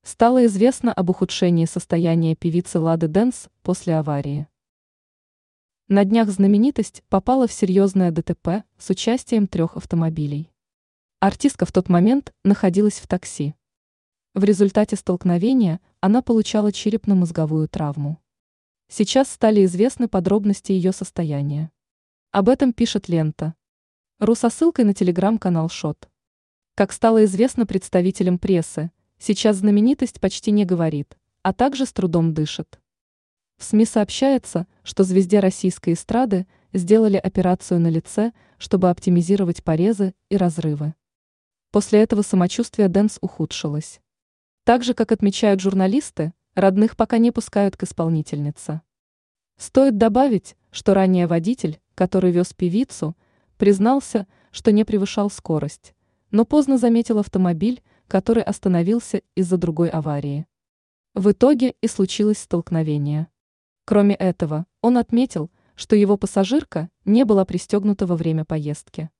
Стало известно об ухудшении состояния певицы Лады Дэнс после аварии. На днях знаменитость попала в серьезное ДТП с участием 3 автомобилей. Артистка в тот момент находилась в такси. В результате столкновения она получала черепно-мозговую травму. Сейчас стали известны подробности ее состояния. Об этом пишет Лента.ру со ссылкой на телеграм-канал ШОТ. Как стало известно представителям прессы, сейчас знаменитость почти не говорит, а также с трудом дышит. В СМИ сообщается, что звезде российской эстрады сделали операцию на лице, чтобы оптимизировать порезы и разрывы. После этого самочувствие Дэнс ухудшилось. Так же, как отмечают журналисты, родных пока не пускают к исполнительнице. Стоит добавить, что ранее водитель, который вез певицу, признался, что не превышал скорость, но поздно заметил автомобиль, который остановился из-за другой аварии. В итоге и случилось столкновение. Кроме этого, он отметил, что его пассажирка не была пристегнута во время поездки.